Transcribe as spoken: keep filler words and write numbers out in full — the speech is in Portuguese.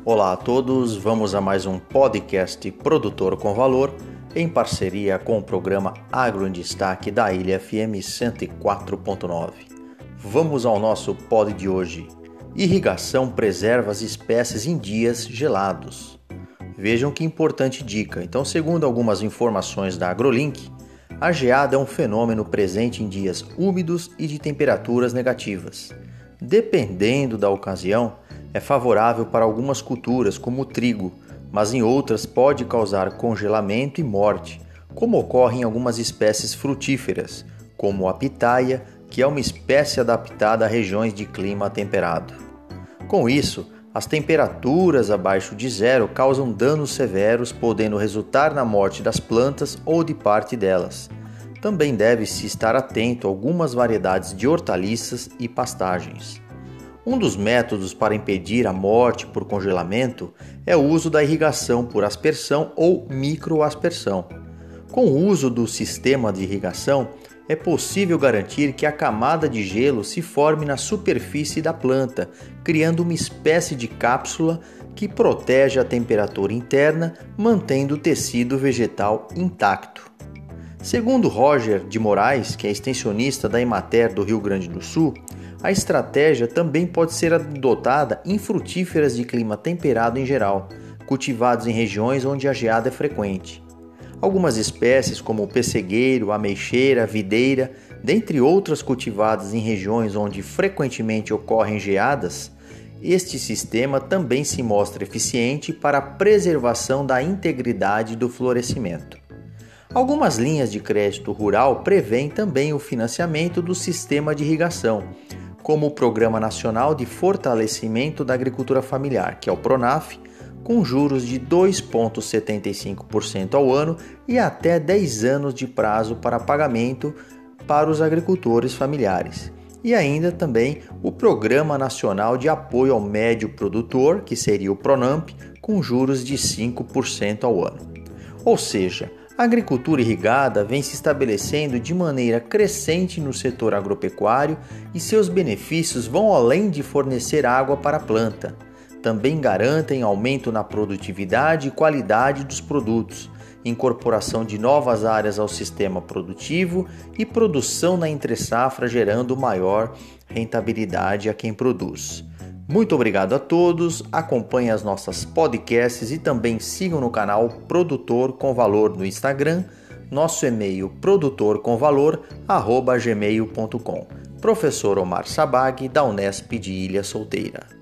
Olá a todos, vamos a mais um podcast Produtor com Valor, em parceria com o programa Agro em Destaque da Ilha F M cento e quatro ponto nove. Vamos ao nosso pod de hoje. Irrigação preserva as espécies em dias gelados. Vejam que importante dica. Então, segundo algumas informações da AgroLink, a geada é um fenômeno presente em dias úmidos e de temperaturas negativas. Dependendo da ocasião, é favorável para algumas culturas, como o trigo, mas em outras pode causar congelamento e morte, como ocorre em algumas espécies frutíferas, como a pitaia, que é uma espécie adaptada a regiões de clima temperado. Com isso, as temperaturas abaixo de zero causam danos severos, podendo resultar na morte das plantas ou de parte delas. Também deve-se estar atento a algumas variedades de hortaliças e pastagens. Um dos métodos para impedir a morte por congelamento é o uso da irrigação por aspersão ou microaspersão. Com o uso do sistema de irrigação, é possível garantir que a camada de gelo se forme na superfície da planta, criando uma espécie de cápsula que protege a temperatura interna, mantendo o tecido vegetal intacto. Segundo Roger de Moraes, que é extensionista da Emater do Rio Grande do Sul, a estratégia também pode ser adotada em frutíferas de clima temperado em geral, cultivados em regiões onde a geada é frequente. Algumas espécies, como o pessegueiro, ameixeira, videira, dentre outras cultivadas em regiões onde frequentemente ocorrem geadas, este sistema também se mostra eficiente para a preservação da integridade do florescimento. Algumas linhas de crédito rural prevêem também o financiamento do sistema de irrigação, como o Programa Nacional de Fortalecimento da Agricultura Familiar, que é o PRONAF, com juros de dois vírgula setenta e cinco por cento ao ano e até dez anos de prazo para pagamento para os agricultores familiares. E ainda também o Programa Nacional de Apoio ao Médio Produtor, que seria o PRONAMP, com juros de cinco por cento ao ano. Ou seja, a agricultura irrigada vem se estabelecendo de maneira crescente no setor agropecuário e seus benefícios vão além de fornecer água para a planta. Também garantem aumento na produtividade e qualidade dos produtos, incorporação de novas áreas ao sistema produtivo e produção na entre-safra, gerando maior rentabilidade a quem produz. Muito obrigado a todos, acompanhem as nossas podcasts e também sigam no canal Produtor com Valor no Instagram, nosso e-mail produtorcomvalor arroba gmail ponto com. Professor Omar Sabag, da Unesp de Ilha Solteira.